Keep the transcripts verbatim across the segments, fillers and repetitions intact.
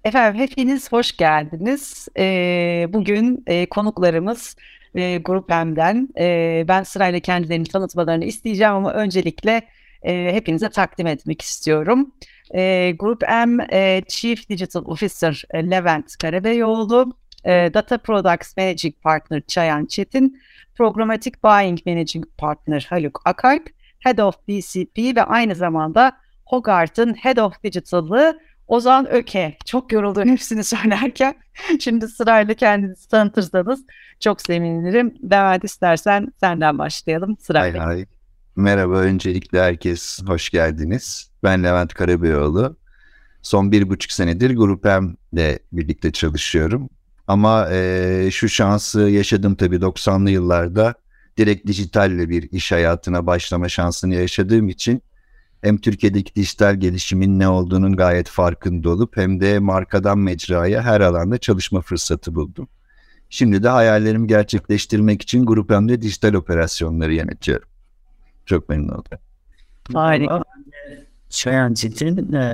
Efendim hepiniz hoş geldiniz. Ee, bugün e, konuklarımız e, Grup M'den. E, ben sırayla kendilerini tanıtmalarını isteyeceğim ama öncelikle e, hepinize takdim etmek istiyorum. E, Grup M e, Chief Digital Officer e, Levent Karabeyoğlu, e, Data Products Managing Partner Çayan Çetin, Programmatic Buying Managing Partner Haluk Akalp, Head of B C P ve aynı zamanda Hogarth'ın Head of Digital'ı Ozan Öke. Çok yoruldum hepsini söylerken. Şimdi sırayla kendinizi tanıtırsanız çok sevinirim. Levent, istersen senden başlayalım Hay sırayla. hay. Merhaba, öncelikle herkes hoş geldiniz. Ben Levent Karabeyoğlu. Son bir buçuk senedir Grup M'le birlikte çalışıyorum. Ama eee, şu şansı yaşadım tabii doksanlı yıllarda. Direkt dijitalle bir iş hayatına başlama şansını yaşadığım için hem Türkiye'deki dijital gelişimin ne olduğunun gayet farkında olup hem de markadan mecraya her alanda çalışma fırsatı buldum. Şimdi de hayallerimi gerçekleştirmek için Grup M'de dijital operasyonları yönetiyorum. Çok memnun oldum. Harika. Çayan Çetin e,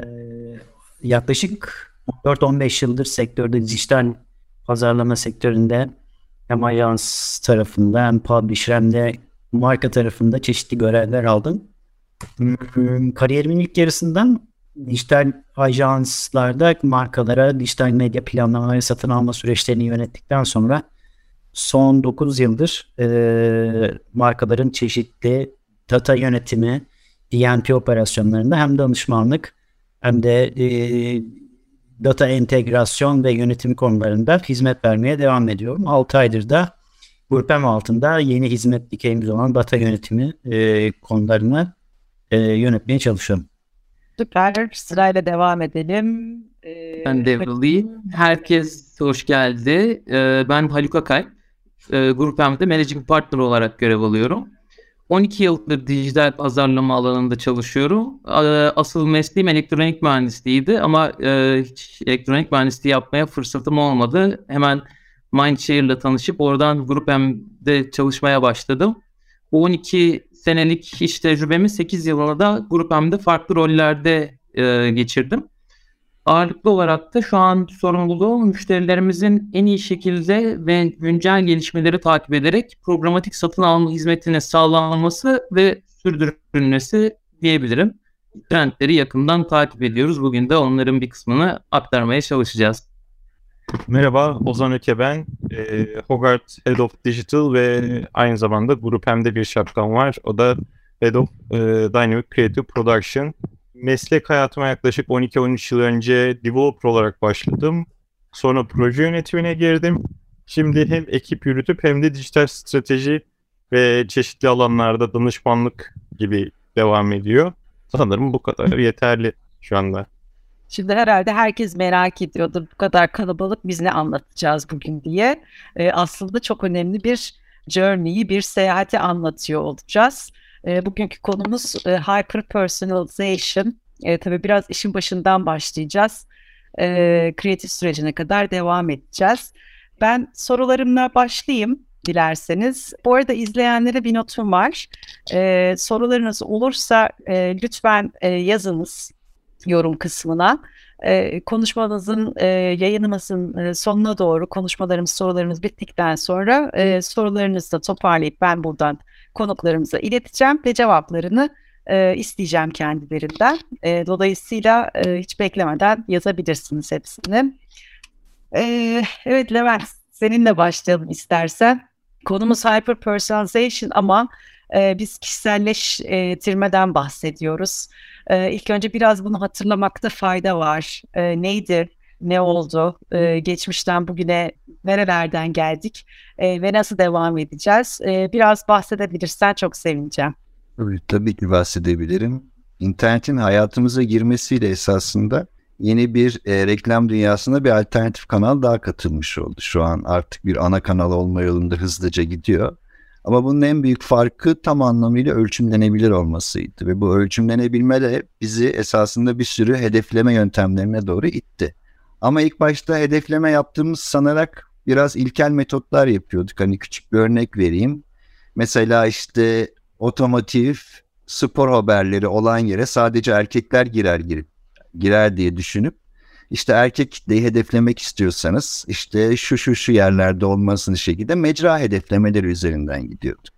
yaklaşık on dört on beş yıldır sektörde dijital pazarlama sektöründe hem ajans tarafında hem publisher hem de marka tarafında çeşitli görevler aldım. Hmm, Kariyerimin ilk yarısından dijital ajanslarda markalara dijital medya planlama ve satın alma süreçlerini yönettikten sonra son dokuz yıldır e, markaların çeşitli data yönetimi, D N P operasyonlarında hem danışmanlık hem de e, data entegrasyon ve yönetim konularında hizmet vermeye devam ediyorum. altı aydır da Grupem altında yeni hizmet dikeyimiz olan data yönetimi e, konularını e, yönetmeye çalışıyorum. Süper. Sırayla devam edelim. Ee, Ben devralayım. Herkes hoş geldi. Ee, ben Haluk Akay. Ee, Grup M'de Managing Partner olarak görev alıyorum. on iki yıldır dijital pazarlama alanında çalışıyorum. Ee, asıl mesleğim elektronik mühendisliğiydi ama e, hiç elektronik mühendisliği yapmaya fırsatım olmadı. Hemen Mindshare'la tanışıp oradan Grup M'de çalışmaya başladım. Bu on iki senelik iş tecrübemi sekiz yılını da Grup M'de farklı rollerde e, geçirdim. Ağırlıklı olarak da şu an sorumluluğum müşterilerimizin en iyi şekilde ve güncel gelişmeleri takip ederek programatik satın alma hizmetine sağlanması ve sürdürülmesi diyebilirim. Trendleri yakından takip ediyoruz. Bugün de onların bir kısmını aktarmaya çalışacağız. Merhaba, Ozan Öke ben. E, Hogarth Head of Digital ve aynı zamanda Grup M'de bir şapkam var. O da Head of e, Dynamic Creative Production. Meslek hayatıma yaklaşık on iki on üç yıl önce developer olarak başladım. Sonra proje yönetimine girdim. Şimdi hem ekip yürütüp hem de dijital strateji ve çeşitli alanlarda danışmanlık gibi devam ediyor. Sanırım bu kadar yeterli şu anda. Şimdi herhalde herkes merak ediyordur bu kadar kalabalık biz ne anlatacağız bugün diye. Ee, aslında çok önemli bir journey'i, bir seyahati anlatıyor olacağız. Ee, bugünkü konumuz e, hyper personalization. E, tabii biraz işin başından başlayacağız. E, kreatif sürecine kadar devam edeceğiz. Ben sorularımla başlayayım dilerseniz. Bu arada izleyenlere bir notum var. E, sorularınız olursa e, lütfen e, yazınız yorum kısmına. Ee, konuşmanızın e, yayınımızın e, sonuna doğru konuşmalarımız, sorularımız bittikten sonra e, sorularınızı da toparlayıp ben buradan konuklarımıza ileteceğim ve cevaplarını e, isteyeceğim kendilerinden. E, dolayısıyla e, hiç beklemeden yazabilirsiniz hepsini. E, evet Levent, seninle başlayalım istersen. Konumuz hyper personalization ama e, biz kişiselleştirmeden bahsediyoruz. Ee, ilk önce biraz bunu hatırlamakta fayda var. Ee, neydi, ne oldu, ee, geçmişten bugüne nerelerden geldik ee, ve nasıl devam edeceğiz? Ee, biraz bahsedebilirsen çok sevineceğim. Tabii, tabii ki bahsedebilirim. İnternetin hayatımıza girmesiyle esasında yeni bir e, reklam dünyasına bir alternatif kanal daha katılmış oldu. Şu an artık bir ana kanal olma yolunda hızlıca gidiyor. Ama bunun en büyük farkı tam anlamıyla ölçümlenebilir olmasıydı. Ve bu ölçümlenebilme de bizi esasında bir sürü hedefleme yöntemlerine doğru itti. Ama ilk başta hedefleme yaptığımız sanarak biraz ilkel metotlar yapıyorduk. Hani küçük bir örnek vereyim. Mesela işte otomotiv, spor haberleri olan yere sadece erkekler girer girip girer diye düşünüp İşte erkek kitleyi hedeflemek istiyorsanız işte şu şu şu yerlerde olmasını şekilde mecra hedeflemeleri üzerinden gidiyorduk.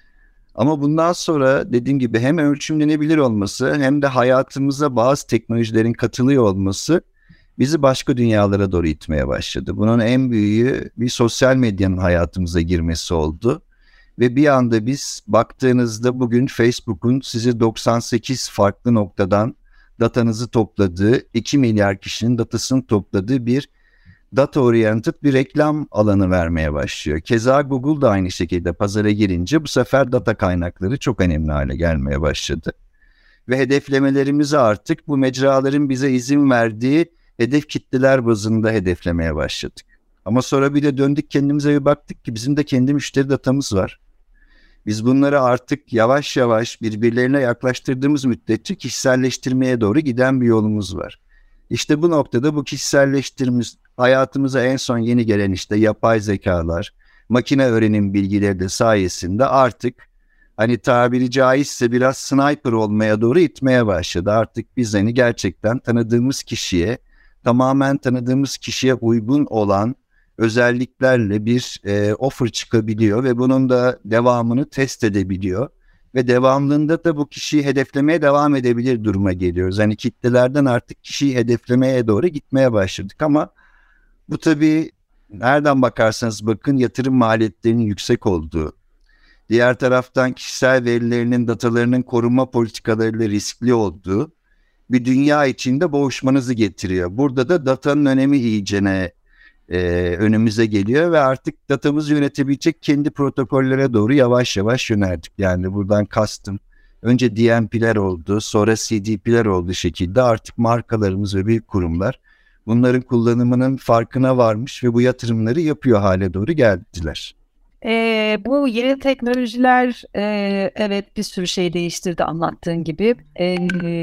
Ama bundan sonra dediğim gibi hem ölçümlenebilir olması hem de hayatımıza bazı teknolojilerin katılıyor olması bizi başka dünyalara doğru itmeye başladı. Bunun en büyüğü bir sosyal medyanın hayatımıza girmesi oldu. Ve bir anda biz baktığınızda bugün Facebook'un sizi doksan sekiz farklı noktadan datanızı topladığı, iki milyar kişinin datasını topladığı bir data oriented bir reklam alanı vermeye başlıyor. Keza Google da aynı şekilde pazara girince bu sefer data kaynakları çok önemli hale gelmeye başladı. Ve hedeflemelerimizi artık bu mecraların bize izin verdiği hedef kitleler bazında hedeflemeye başladık. Ama sonra bir de döndük kendimize bir baktık ki bizim de kendi müşteri datamız var. Biz bunları artık yavaş yavaş birbirlerine yaklaştırdığımız müddetçe kişiselleştirmeye doğru giden bir yolumuz var. İşte bu noktada bu kişiselleştirme hayatımıza en son yeni gelen işte yapay zekalar, makine öğrenim bilgileri de sayesinde artık hani tabiri caizse biraz sniper olmaya doğru itmeye başladı. Artık biz hani gerçekten tanıdığımız kişiye, tamamen tanıdığımız kişiye uygun olan özelliklerle bir e, offer çıkabiliyor ve bunun da devamını test edebiliyor. Ve devamlılığında da bu kişiyi hedeflemeye devam edebilir duruma geliyoruz. Hani kitlelerden artık kişiyi hedeflemeye doğru gitmeye başladık ama bu tabii nereden bakarsanız bakın yatırım maliyetlerinin yüksek olduğu, diğer taraftan kişisel verilerinin, datalarının korunma politikalarıyla riskli olduğu bir dünya içinde boğuşmanızı getiriyor. Burada da datanın önemi iyicene e, önümüze geliyor ve artık datamızı yönetebilecek kendi protokollere doğru yavaş yavaş yöneldik. Yani buradan kastım önce D M P'ler oldu, sonra C D P'ler oldu şekilde artık markalarımız ve büyük kurumlar bunların kullanımının farkına varmış ve bu yatırımları yapıyor hale doğru geldiler. E, bu yeni teknolojiler e, evet bir sürü şey değiştirdi anlattığın gibi. E,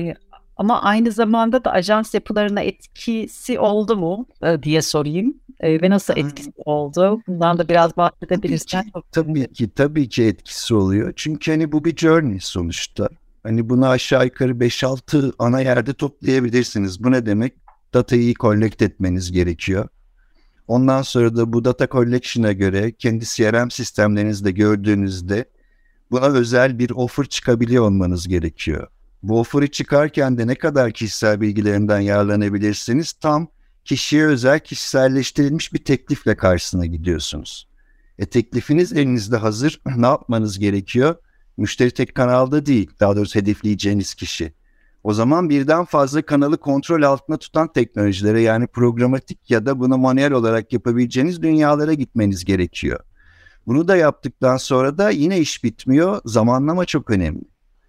ama aynı zamanda da ajans yapılarına etkisi oldu mu e, diye sorayım. E, ve nasıl etkisi oldu? Bundan da biraz bahsedebilirsen. Tabii ki, tabii ki etkisi oluyor. Çünkü hani bu bir journey sonuçta. Hani bunu aşağı yukarı beş altı ana yerde toplayabilirsiniz. Bu ne demek? Datayı iyi collect etmeniz gerekiyor. Ondan sonra da bu data collection'a göre kendi C R M sistemlerinizde gördüğünüzde buna özel bir offer çıkabiliyor olmanız gerekiyor. Bu offer'ı çıkarken de ne kadar kişisel bilgilerinden yararlanabilirsiniz? Tam kişiye özel kişiselleştirilmiş bir teklifle karşısına gidiyorsunuz. E teklifiniz elinizde hazır. Ne yapmanız gerekiyor? Müşteri tek kanalda değil, daha doğrusu hedefleyeceğiniz kişi. O zaman birden fazla kanalı kontrol altında tutan teknolojilere yani programatik ya da bunu manuel olarak yapabileceğiniz dünyalara gitmeniz gerekiyor. Bunu da yaptıktan sonra da yine iş bitmiyor. Zamanlama çok önemli.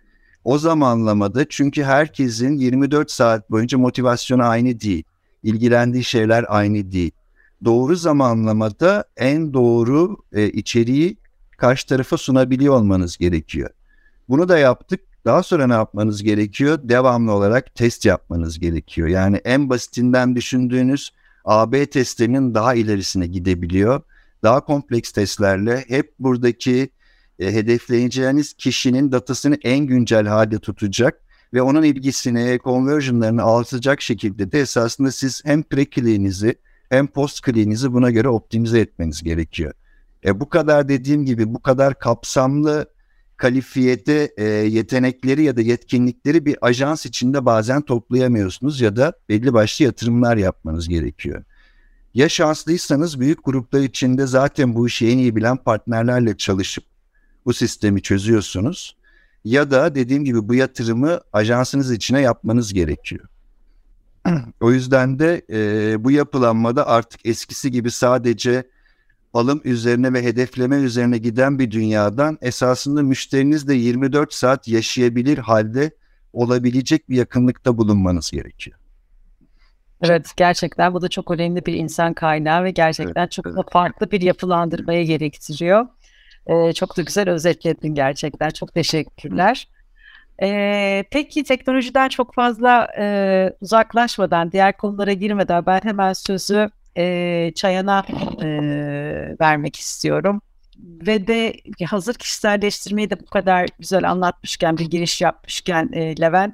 O zamanlamada çünkü herkesin yirmi dört saat boyunca motivasyonu aynı değil. İlgilendiği şeyler aynı değil. Doğru zamanlamada en doğru e, içeriği karşı tarafa sunabiliyor olmanız gerekiyor. Bunu da yaptık. Daha sonra ne yapmanız gerekiyor? Devamlı olarak test yapmanız gerekiyor. Yani en basitinden düşündüğünüz A B testlerinin daha ilerisine gidebiliyor. Daha kompleks testlerle hep buradaki e, hedefleyeceğiniz kişinin datasını en güncel halde tutacak ve onun ilgisini, conversionlarını artıracak şekilde de esasında siz hem pre-clean'inizi hem post-clean'inizi buna göre optimize etmeniz gerekiyor. E, bu kadar dediğim gibi bu kadar kapsamlı kalifiyete e, yetenekleri ya da yetkinlikleri bir ajans içinde bazen toplayamıyorsunuz ya da belli başlı yatırımlar yapmanız gerekiyor. Ya şanslıysanız büyük gruplar içinde zaten bu işi en iyi bilen partnerlerle çalışıp bu sistemi çözüyorsunuz. Ya da dediğim gibi bu yatırımı ajansınız içine yapmanız gerekiyor. O yüzden de e, bu yapılanmada artık eskisi gibi sadece alım üzerine ve hedefleme üzerine giden bir dünyadan esasında müşteriniz de yirmi dört saat yaşayabilir halde olabilecek bir yakınlıkta bulunmanız gerekiyor. Evet, gerçekten bu da çok önemli bir insan kaynağı ve gerçekten evet, çok evet. da farklı bir yapılandırmaya gerektiriyor. Ee, çok da güzel özetledin gerçekten. Çok teşekkürler. Ee, peki teknolojiden çok fazla e, uzaklaşmadan, diğer konulara girmeden ben hemen sözü e, Çayan'a e, vermek istiyorum. Ve de hazır kişiselleştirmeyi de bu kadar güzel anlatmışken, bir giriş yapmışken e, Levent,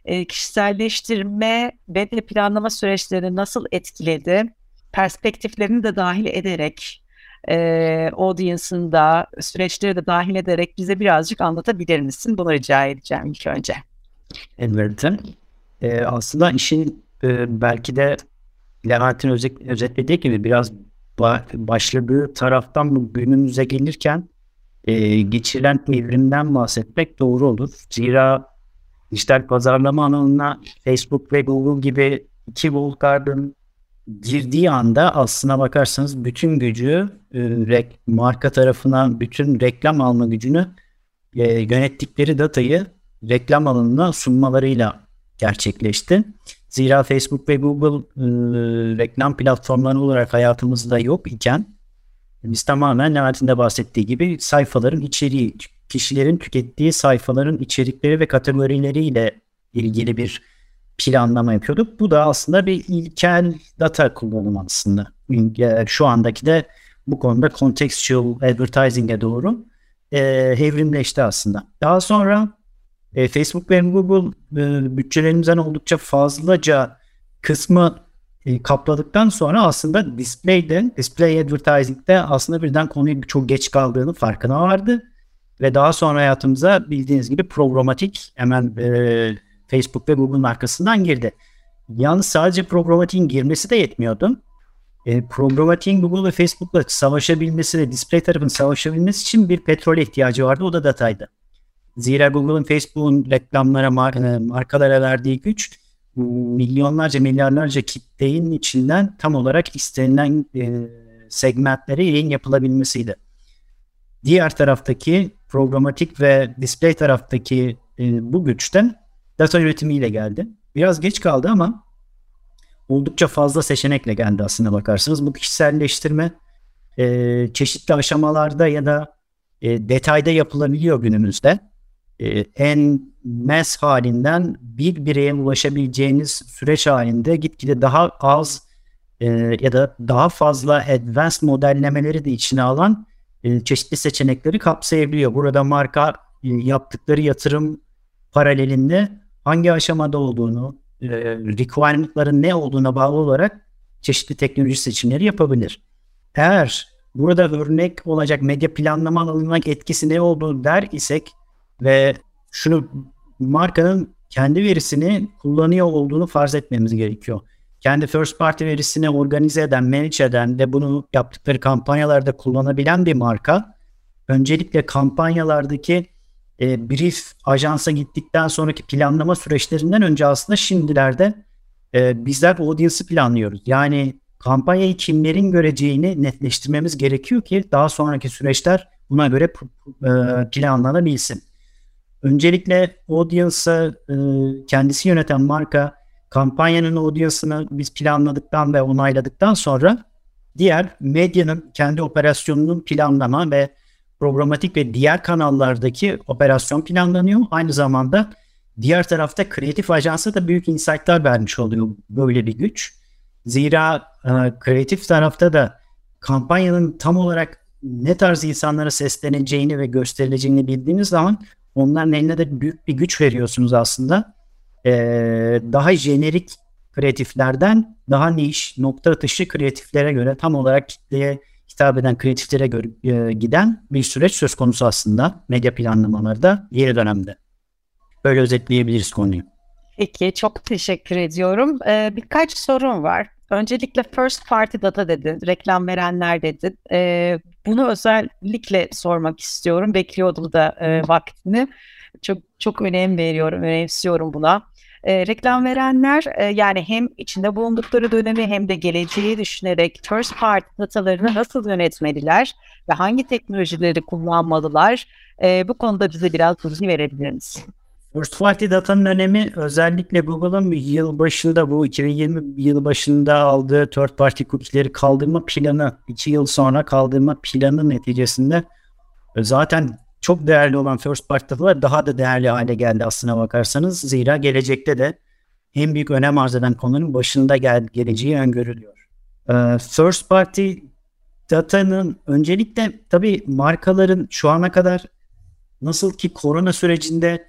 e, kişiselleştirme ve de planlama süreçlerini nasıl etkiledi? Perspektiflerini de dahil ederek, e, audience'ın da süreçleri de dahil ederek bize birazcık anlatabilir misin? Bunu rica edeceğim ilk önce. Elbette. Ee, aslında işin e, belki de Levent'in özet, özetlediği gibi biraz ba- başladığı taraftan bu günümüze gelirken e, geçirilen evrimden bahsetmek doğru olur. Zira dijital pazarlama alanına Facebook ve Google gibi iki walled garden girdiği anda aslına bakarsanız bütün gücü e, rek, marka tarafına bütün reklam alma gücünü e, yönettikleri datayı reklam alanına sunmalarıyla gerçekleşti. Zira Facebook ve Google e, reklam platformları olarak hayatımızda yok iken biz tamamen Levent'in de bahsettiği gibi sayfaların içeriği, kişilerin tükettiği sayfaların içerikleri ve kategorileriyle ilgili bir planlama yapıyorduk. Bu da aslında bir ilkel data kullanımı aslında. Şu andaki de bu konuda contextual advertising'e doğru e, evrimleşti aslında. Daha sonra e, Facebook ve Google e, bütçelerimizden oldukça fazlaca kısmı e, kapladıktan sonra aslında display'de, display advertising'de aslında birden konuyu çok geç kaldığını farkına vardı. Ve daha sonra hayatımıza bildiğiniz gibi programatik hemen e, Facebook ve Google'ın arkasından girdi. Yalnız sadece programatik'in girmesi de yetmiyordu. E, programatik'in Google ve Facebook'la savaşabilmesi ve display tarafının savaşabilmesi için bir petrole ihtiyacı vardı. O da dataydı. Zira Google'ın, Facebook'un reklamlara, mar- markalara verdiği güç milyonlarca, milyarlarca kitlenin içinden tam olarak istenilen e, segmentlere yayın yapılabilmesiydi. Diğer taraftaki programatik ve display taraftaki e, bu güçten data üretimiyle geldi. Biraz geç kaldı ama oldukça fazla seçenekle geldi aslında bakarsanız. Bu kişiselleştirme e, çeşitli aşamalarda ya da e, detayda yapılabiliyor günümüzde. E, en mass halinden bir bireye ulaşabileceğiniz süreç halinde gitgide daha az e, ya da daha fazla advanced modellemeleri de içine alan e, çeşitli seçenekleri kapsayabiliyor. Burada marka e, yaptıkları yatırım paralelinde hangi aşamada olduğunu, e, requirement'ların ne olduğuna bağlı olarak çeşitli teknoloji seçimleri yapabilir. Eğer burada örnek olacak medya planlama alanına etkisi ne olduğunu der isek ve şunu markanın kendi verisini kullanıyor olduğunu farz etmemiz gerekiyor. Kendi first party verisini organize eden, manage eden ve bunu yaptıkları kampanyalarda kullanabilen bir marka öncelikle kampanyalardaki e, brief ajansa gittikten sonraki planlama süreçlerinden önce aslında şimdilerde e, bizler audience'ı planlıyoruz. Yani kampanyayı kimlerin göreceğini netleştirmemiz gerekiyor ki daha sonraki süreçler buna göre e, planlanabilsin. Öncelikle audience'ı e, kendisi yöneten marka kampanyanın audience'ını biz planladıktan ve onayladıktan sonra diğer medyanın kendi operasyonunun planlama ve programatik ve diğer kanallardaki operasyon planlanıyor. Aynı zamanda diğer tarafta kreatif ajansa da büyük insight'lar vermiş oluyor böyle bir güç. Zira e, kreatif tarafta da kampanyanın tam olarak ne tarz insanlara sesleneceğini ve gösterileceğini bildiğiniz zaman onların eline de büyük bir güç veriyorsunuz aslında. Ee, daha jenerik kreatiflerden daha niş, nokta atışı kreatiflere göre tam olarak kitleye hitap eden kreatiflere göre e, giden bir süreç söz konusu aslında medya planlamalarda yeni dönemde. Böyle özetleyebiliriz konuyu. Peki, çok teşekkür ediyorum. Ee, birkaç sorum var. Öncelikle first party data dedin, reklam verenler dedin. Ee, bunu özellikle sormak istiyorum. Bekliyordum da e, vaktini. Çok çok önem veriyorum, önemsiyorum buna. E, reklam verenler e, yani hem içinde bulundukları dönemi hem de geleceği düşünerek first party datalarını nasıl yönetmeliler ve hangi teknolojileri kullanmalılar? E, bu konuda bize biraz bilgi verebilir misin? First party datanın önemi özellikle Google'ın yıl başında bu iki bin yirmi yıl başında aldığı third party cookie'leri kaldırma planı, iki yıl sonra kaldırma planı neticesinde zaten çok değerli olan first party datalar daha da değerli hale geldi aslına bakarsanız. Zira gelecekte de en büyük önem arz eden konunun başında gel geleceği öngörülüyor. Ee, first party datanın öncelikle tabii markaların şu ana kadar nasıl ki korona sürecinde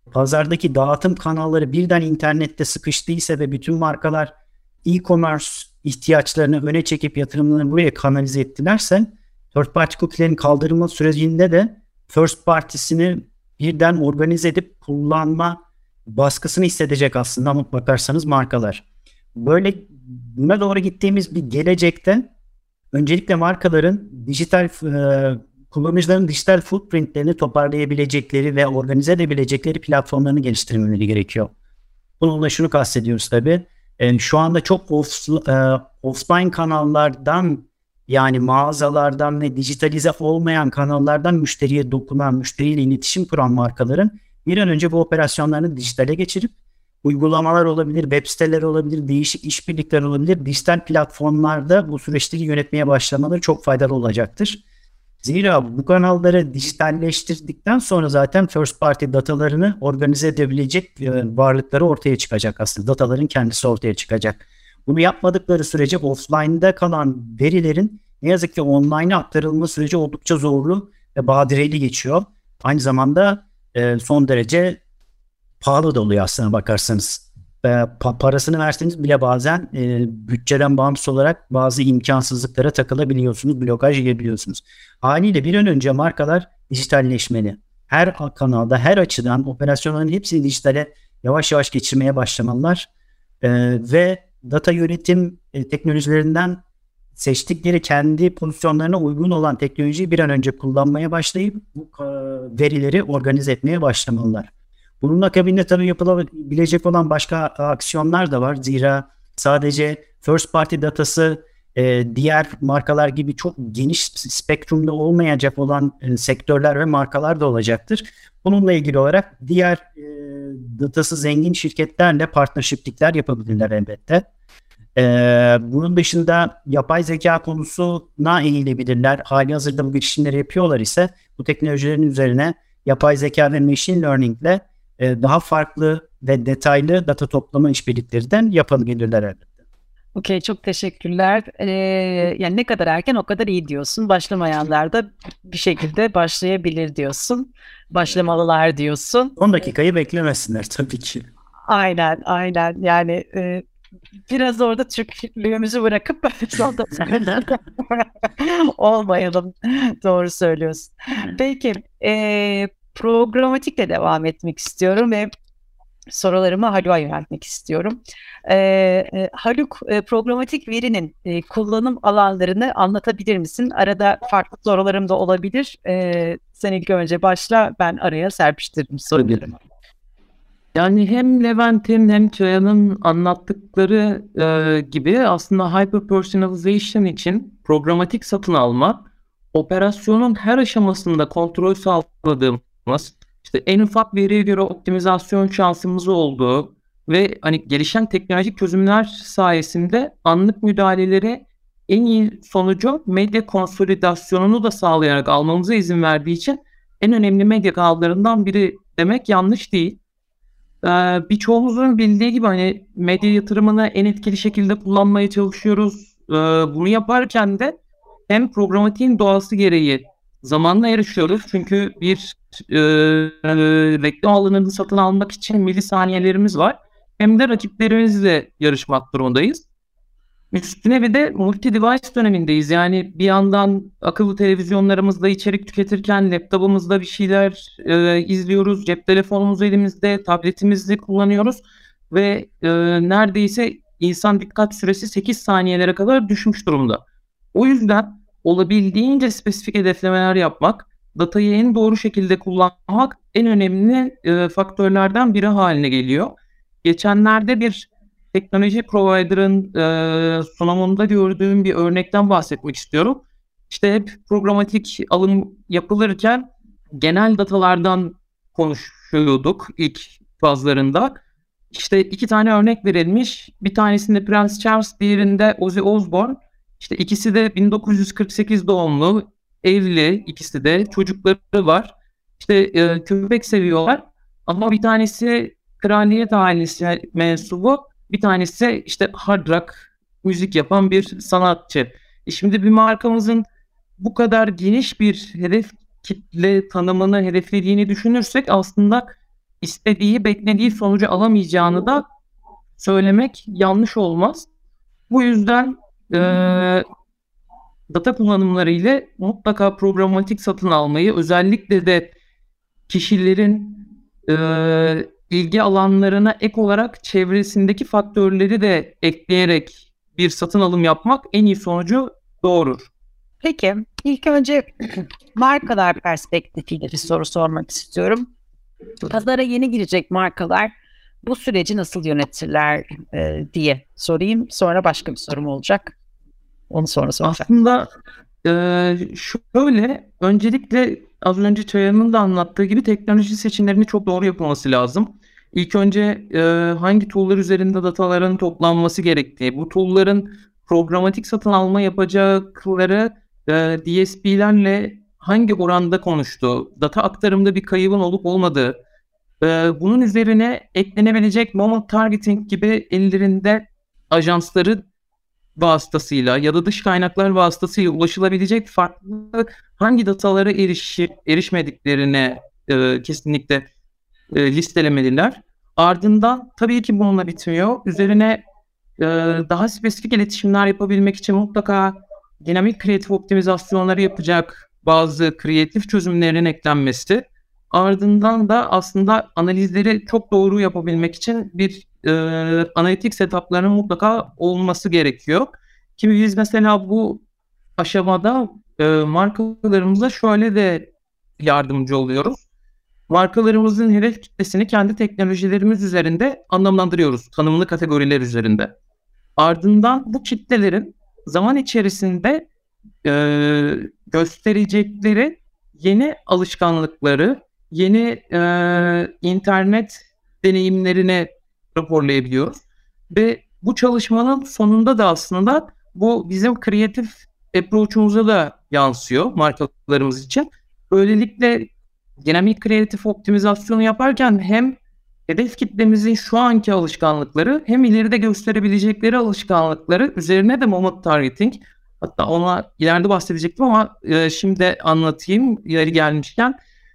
pazardaki dağıtım kanalları birden internette sıkıştıysa ve bütün markalar e-commerce ihtiyaçlarını öne çekip yatırımlarını buraya kanalize ettilerse, third party cookie'lerin kaldırılma sürecinde de first party'sini birden organize edip kullanma baskısını hissedecek aslında ama bakarsanız markalar. Böyle buna doğru gittiğimiz bir gelecekte öncelikle markaların dijital e, kullanıcıların dijital footprintlerini toparlayabilecekleri ve organize edebilecekleri platformlarını geliştirmeleri gerekiyor. Bununla şunu kastediyoruz tabii. E, şu anda çok off, e, offline kanallardan, yani mağazalardan ve dijitalize olmayan kanallardan müşteriye dokunan, müşteriyle iletişim kuran markaların bir an önce bu operasyonlarını dijitale geçirip uygulamalar olabilir, web siteleri olabilir, değişik işbirlikleri olabilir, dijital platformlarda bu süreçleri yönetmeye başlamaları çok faydalı olacaktır. Zira bu kanalları dijitalleştirdikten sonra zaten first party datalarını organize edebilecek varlıkları ortaya çıkacak aslında. Dataların kendisi ortaya çıkacak. Bunu yapmadıkları sürece offline'da kalan verilerin ne yazık ki online'a aktarılma süreci oldukça zorlu ve badireli geçiyor. Aynı zamanda e, son derece pahalı da oluyor aslına bakarsanız. E, pa- parasını verseniz bile bazen e, bütçeden bağımsız olarak bazı imkansızlıklara takılabiliyorsunuz, blokaj yiyebiliyorsunuz. Haliyle bir an önce markalar dijitalleşmeli. Her kanalda, her açıdan operasyonların hepsini dijitale yavaş yavaş geçirmeye başlamalılar. E, ve data yönetim e, teknolojilerinden seçtikleri kendi pozisyonlarına uygun olan teknolojiyi bir an önce kullanmaya başlayıp bu e, verileri organize etmeye başlamalılar. Bunun akabinde tabii yapılabilecek olan başka aksiyonlar da var. Zira sadece first party datası e, diğer markalar gibi çok geniş spektrumda olmayacak olan e, sektörler ve markalar da olacaktır. Bununla ilgili olarak diğer e, datası zengin şirketlerle partnershiplikler yapabilirler elbette. E, bunun dışında yapay zeka konusuna eğilebilirler. Hali hazırda bu girişimleri yapıyorlar ise bu teknolojilerin üzerine yapay zeka ve machine learning ile e, daha farklı ve detaylı data toplama işbirliklerinden yapabilirler elbette. Okey, çok teşekkürler. Ee, yani ne kadar erken o kadar iyi diyorsun. Başlamayanlar da bir şekilde başlayabilir diyorsun. Başlamalılar diyorsun. on dakikayı beklemesinler tabii ki. Aynen, aynen. Yani e, biraz orada Türklüğümüzü bırakıp sonda olmayalım. Doğru söylüyorsun. Peki, e, programatikle devam etmek istiyorum ve sorularımı Haluk'a yöneltmek istiyorum. Ee, e, Haluk, e, programatik verinin e, kullanım alanlarını anlatabilir misin? Arada farklı sorularım da olabilir. E, sen ilk önce başla, ben araya serpiştiririm sorularımı. Yani hem Levent'in hem Çayan'ın anlattıkları e, gibi aslında hyper personalization için programatik satın alma, operasyonun her aşamasında kontrol sağladığımız, İşte en ufak veriye göre optimizasyon şansımız olduğu ve hani gelişen teknolojik çözümler sayesinde anlık müdahaleleri en iyi sonucu medya konsolidasyonunu da sağlayarak almamıza izin verdiği için en önemli medya kanallarından biri demek yanlış değil. Ee, birçoğumuzun bildiği gibi hani medya yatırımını en etkili şekilde kullanmaya çalışıyoruz. Ee, bunu yaparken de hem programatiğin doğası gereği zamanla yarışıyoruz. Çünkü bir e, e, reklam alanını satın almak için milisaniyelerimiz var. Hem de rakiplerimizle yarışmak durumundayız. Üstüne bir de multi device dönemindeyiz. Yani bir yandan akıllı televizyonlarımızda içerik tüketirken laptopumuzda bir şeyler e, izliyoruz. Cep telefonumuz elimizde, tabletimizi kullanıyoruz. Ve e, neredeyse insan dikkat süresi sekiz saniyelere kadar düşmüş durumda. O yüzden olabildiğince spesifik hedeflemeler yapmak, datayı en doğru şekilde kullanmak en önemli e, faktörlerden biri haline geliyor. Geçenlerde bir teknoloji provider'ın e, sunumunda gördüğüm bir örnekten bahsetmek istiyorum. İşte hep programatik alım yapılırken genel datalardan konuşuyorduk ilk fazlarında. İşte iki tane örnek verilmiş. Bir tanesinde Prince Charles, diğerinde Ozzy Osbourne. İşte ikisi de bin dokuz yüz kırk sekiz doğumlu, evli, ikisi de çocukları var. İşte e, köpek seviyorlar ama bir tanesi kraliyet ailesi mensubu, bir tanesi işte hard rock müzik yapan bir sanatçı. E şimdi bir markamızın bu kadar geniş bir hedef kitle tanımını hedeflediğini düşünürsek aslında istediği, beklediği sonucu alamayacağını da söylemek yanlış olmaz. Bu yüzden e, data kullanımları ile mutlaka programatik satın almayı, özellikle de kişilerin e, ilgi alanlarına ek olarak çevresindeki faktörleri de ekleyerek bir satın alım yapmak en iyi sonucu doğurur. Peki, ilk önce markalar perspektifiyle bir soru sormak istiyorum. Pazara yeni girecek markalar bu süreci nasıl yönetirler e, diye sorayım. Sonra başka bir sorum olacak. Onu sonra soracağım. Aslında e, şöyle, öncelikle az önce Çağan'ın da anlattığı gibi teknoloji seçimlerini çok doğru yapılması lazım. İlk önce e, hangi tool'lar üzerinde dataların toplanması gerektiği, bu tool'ların programatik satın alma yapacakları e, D S P'lerle hangi oranda konuştuğu, data aktarımında bir kaybın olup olmadığı, e, bunun üzerine eklenebilecek moment targeting gibi ellerinde ajansları vasıtasıyla ya da dış kaynaklar vasıtasıyla ulaşılabilecek farklı hangi datalara erişip erişmediklerine e, kesinlikle e, listelemeliler. Ardından tabii ki bununla bitmiyor. Üzerine e, daha spesifik iletişimler yapabilmek için mutlaka dinamik kreatif optimizasyonları yapacak bazı kreatif çözümlerin eklenmesi. Ardından da aslında analizleri çok doğru yapabilmek için bir e, analitik setupların mutlaka olması gerekiyor. Ki biz mesela bu aşamada e, markalarımıza şöyle de yardımcı oluyoruz. Markalarımızın hedef kitlesini kendi teknolojilerimiz üzerinde anlamlandırıyoruz. Tanımlı kategoriler üzerinde. Ardından bu kitlelerin zaman içerisinde e, gösterecekleri yeni alışkanlıkları, yeni e, internet deneyimlerine raporlayabiliyoruz. Ve bu çalışmanın sonunda da aslında bu bizim kreatif approach'umuza da yansıyor markalarımız için. Böylelikle dinamik kreatif optimizasyonu yaparken hem hedef kitlemizin şu anki alışkanlıkları hem ileride gösterebilecekleri alışkanlıkları üzerine de moment targeting, hatta ona ileride bahsedecektim ama e, şimdi anlatayım yeri gelmişken.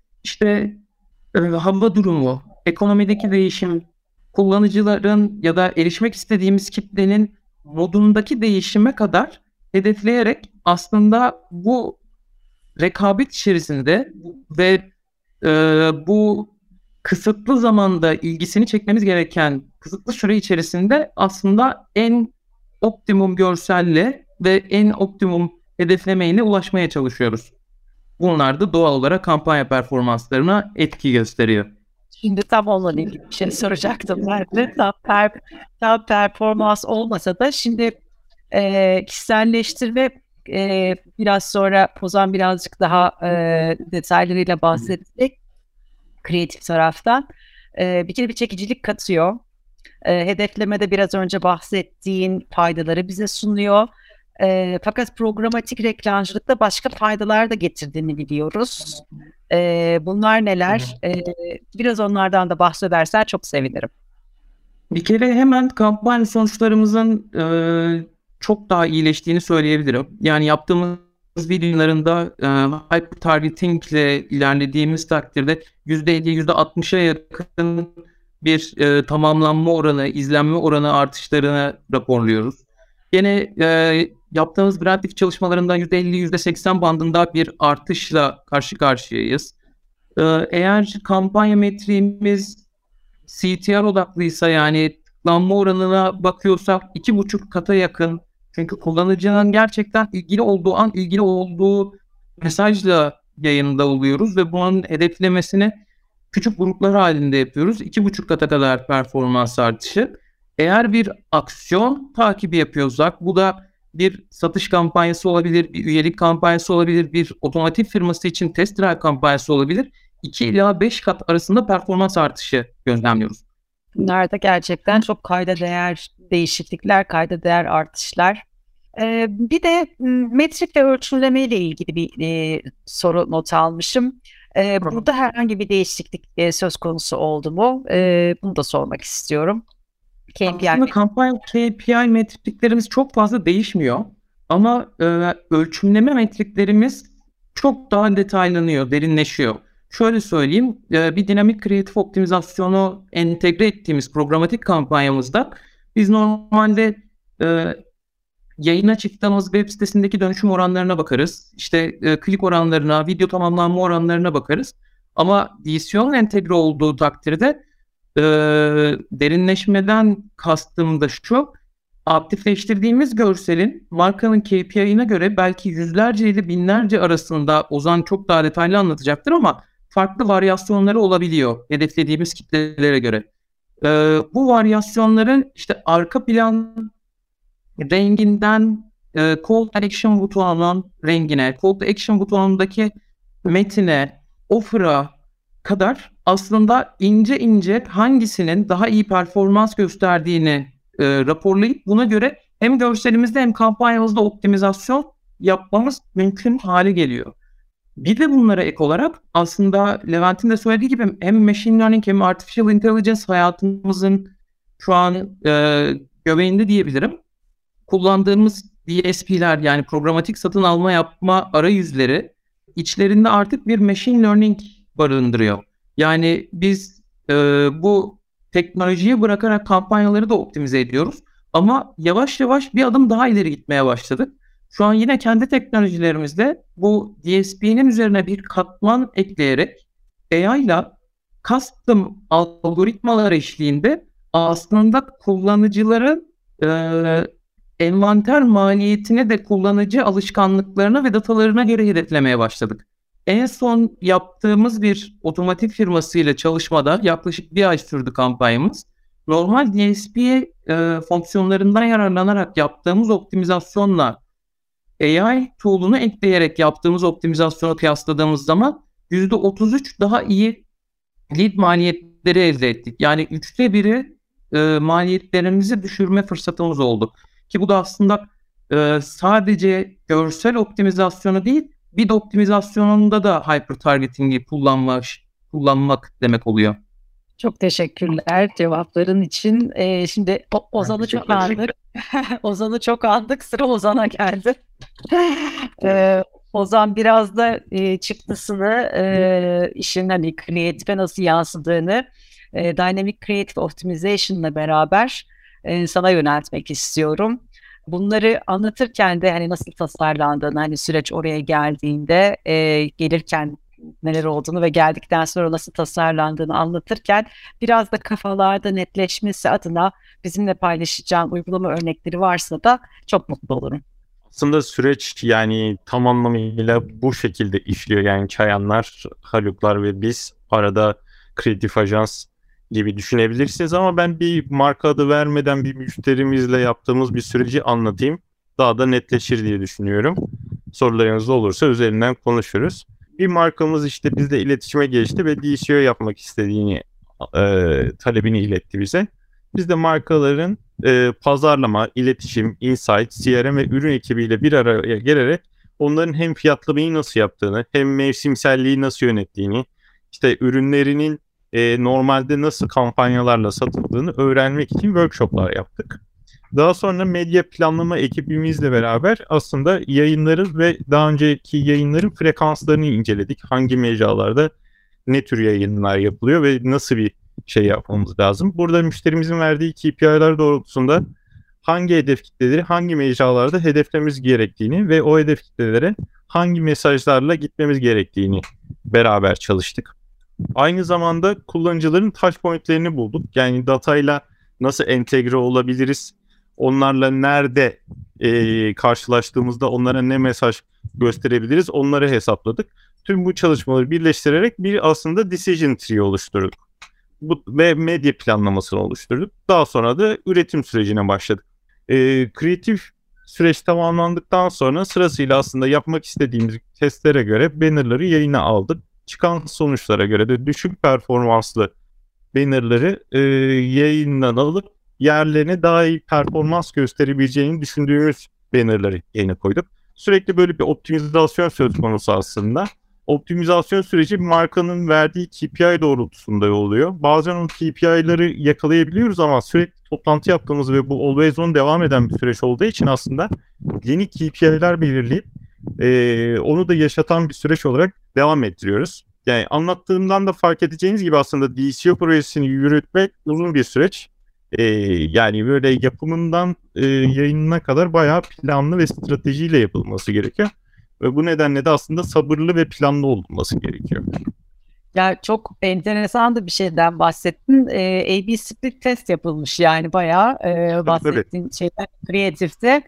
İşte e, hava durumu, ekonomideki değişim, kullanıcıların ya da erişmek istediğimiz kitlenin modundaki değişime kadar hedefleyerek aslında bu rekabet içerisinde ve e, bu kısıtlı zamanda ilgisini çekmemiz gereken kısıtlı süre içerisinde aslında en optimum görselle ve en optimum hedeflemeyle ulaşmaya çalışıyoruz. Bunlar da doğal olarak kampanya performanslarına etki gösteriyor. Şimdi tam onunla ilgili bir şey soracaktım ben de. Tam, per, tam performans olmasa da şimdi e, kişiselleştirme e, biraz sonra Ozan birazcık daha e, detaylarıyla bahsedecek kreatif taraftan. E, bir kere bir çekicilik katıyor. E, hedeflemede biraz önce bahsettiğin faydaları bize sunuyor. E, fakat programatik reklamcılıkta başka faydalar da getirdiğini biliyoruz. E, bunlar neler? E, biraz onlardan da bahsedersen çok sevinirim. Bir kere hemen kampanya sonuçlarımızın e, çok daha iyileştiğini söyleyebilirim. Yani yaptığımız videolarında e, hyper targeting ile ilerlediğimiz takdirde yüzde elli yüzde altmışa yakın bir e, tamamlanma oranı, izlenme oranı artışlarını raporluyoruz. Yine e, yaptığımız branding çalışmalarından yüzde elli yüzde seksen bandında bir artışla karşı karşıyayız. E, eğer kampanya metriğimiz C T R odaklıysa, yani tıklanma oranına bakıyorsak iki buçuk kata yakın. Çünkü kullanıcının gerçekten ilgili olduğu an ilgili olduğu mesajla yayında oluyoruz ve bunun hedeflemesini küçük gruplar halinde yapıyoruz. iki buçuk kata kadar performans artışı. Eğer bir aksiyon takibi yapıyorsak, bu da bir satış kampanyası olabilir, bir üyelik kampanyası olabilir, bir otomotiv firması için test drive kampanyası olabilir. iki ila beş kat arasında performans artışı gözlemliyoruz. Bunlar da gerçekten çok kayda değer değişiklikler, kayda değer artışlar. Ee, bir de metrik ve ölçümleme ile ilgili bir e, soru not almışım. Ee, burada herhangi bir değişiklik e, söz konusu oldu mu? E, bunu da sormak istiyorum. K P I Aslında kampanya K P I metriklerimiz çok fazla değişmiyor. Ama e, ölçümleme metriklerimiz çok daha detaylanıyor, derinleşiyor. Şöyle söyleyeyim, bir dinamik kreatif optimizasyonu entegre ettiğimiz programatik kampanyamızda biz normalde e, yayına çıktığımız web sitesindeki dönüşüm oranlarına bakarız. İşte e, klik oranlarına, video tamamlanma oranlarına bakarız. Ama D C O'nun entegre olduğu takdirde e, derinleşmeden kastım da şu: aktifleştirdiğimiz görselin markanın K P I'ine göre belki yüzlerce ile binlerce arasında, Ozan çok daha detaylı anlatacaktır ama farklı varyasyonları olabiliyor hedeflediğimiz kitlelere göre. Ee, bu varyasyonların işte arka plan renginden e, Call to Action butonunun rengine, Call to Action butonundaki metine, offer'a kadar aslında ince ince hangisinin daha iyi performans gösterdiğini e, raporlayıp buna göre hem görselimizde hem kampanyamızda optimizasyon yapmamız mümkün hale geliyor. Bir de bunlara ek olarak aslında Levent'in de söylediği gibi hem machine learning hem artificial intelligence hayatımızın şu an e, göbeğinde diyebilirim. Kullandığımız D S P'ler, yani programatik satın alma yapma arayüzleri, içlerinde artık bir machine learning barındırıyor. Yani biz e, bu teknolojiyi bırakarak kampanyaları da optimize ediyoruz. Ama yavaş yavaş bir adım daha ileri gitmeye başladık. Şu an yine kendi teknolojilerimizde bu D S P'nin üzerine bir katman ekleyerek A I ile custom algoritmalar eşliğinde aslında kullanıcıların e, envanter maliyetini de kullanıcı alışkanlıklarına ve datalarına göre hedeflemeye başladık. En son yaptığımız bir otomotiv firmasıyla çalışmada yaklaşık bir ay sürdü kampanyamız. Normal D S P e, fonksiyonlarından yararlanarak yaptığımız optimizasyonla A I tool'unu ekleyerek yaptığımız optimizasyonu kıyasladığımız zaman yüzde otuz üç daha iyi lead maliyetleri elde ettik. Yani üçte biri e, maliyetlerimizi düşürme fırsatımız oldu. Ki bu da aslında e, sadece görsel optimizasyonu değil, bid optimizasyonunda da hyper targeting'i kullanmak, kullanmak demek oluyor. Çok teşekkürler cevapların için. Ee, şimdi o- Ozan'ı çok andık. Ozan'ı çok andık. Sıra Ozan'a geldi. Ee, Ozan biraz da e, çıktısını, e, işin hani kreatife nasıl yansıdığını e, Dynamic Creative Optimization'la beraber e, sana yöneltmek istiyorum. Bunları anlatırken de hani nasıl tasarlandığını, hani süreç oraya geldiğinde, e, gelirken neler olduğunu ve geldikten sonra nasıl tasarlandığını anlatırken biraz da kafalarda netleşmesi adına bizimle paylaşacağın uygulama örnekleri varsa da çok mutlu olurum. Aslında süreç yani tam anlamıyla bu şekilde işliyor. Yani Çayanlar, Haluklar ve biz arada kreatif ajans gibi düşünebilirsiniz ama ben bir marka adı vermeden bir müşterimizle yaptığımız bir süreci anlatayım. Daha da netleşir diye düşünüyorum. Sorularınız olursa üzerinden konuşuruz. Bir markamız işte bizle iletişime geçti ve D C O yapmak istediğini, e, talebini iletti bize. Biz de markaların e, pazarlama, iletişim, insight, C R M ve ürün ekibiyle bir araya gelerek onların hem fiyatlamayı nasıl yaptığını, hem mevsimselliği nasıl yönettiğini, işte ürünlerinin e, normalde nasıl kampanyalarla satıldığını öğrenmek için workshoplar yaptık. Daha sonra medya planlama ekibimizle beraber aslında yayınların ve daha önceki yayınların frekanslarını inceledik. Hangi mecralarda ne tür yayınlar yapılıyor ve nasıl bir şey yapmamız lazım. Burada müşterimizin verdiği K P I'ler doğrultusunda hangi hedef kitleleri hangi mecralarda hedeflememiz gerektiğini ve o hedef kitlelere hangi mesajlarla gitmemiz gerektiğini beraber çalıştık. Aynı zamanda kullanıcıların touch point'lerini bulduk. Yani datayla nasıl entegre olabiliriz? Onlarla nerede e, karşılaştığımızda onlara ne mesaj gösterebiliriz? Onları hesapladık. Tüm bu çalışmaları birleştirerek bir aslında decision tree oluşturduk. Bu, ve medya planlamasını oluşturduk. Daha sonra da üretim sürecine başladık. E, kreatif süreç tamamlandıktan sonra sırasıyla aslında yapmak istediğimiz testlere göre bannerları yayına aldık. Çıkan sonuçlara göre de düşük performanslı bannerları e, yayından alıp yerlerine daha iyi performans gösterebileceğini düşündüğümüz bannerları yayına koyduk. Sürekli böyle bir optimizasyon söz konusu aslında. Optimizasyon süreci markanın verdiği K P I doğrultusunda oluyor. Bazen o K P I'ları yakalayabiliyoruz ama sürekli toplantı yaptığımız ve bu always on devam eden bir süreç olduğu için aslında yeni K P I'ler belirleyip e, onu da yaşatan bir süreç olarak devam ettiriyoruz. Yani anlattığımdan da fark edeceğiniz gibi aslında D C O projesini yürütmek uzun bir süreç. Ee, yani böyle yapımından e, yayınına kadar bayağı planlı ve stratejiyle yapılması gerekiyor. Ve bu nedenle de aslında sabırlı ve planlı olunması gerekiyor. Ya çok enteresan da bir şeyden bahsettin. Ee, A B split test yapılmış yani bayağı e, bahsettiğin şeyler kreatifte.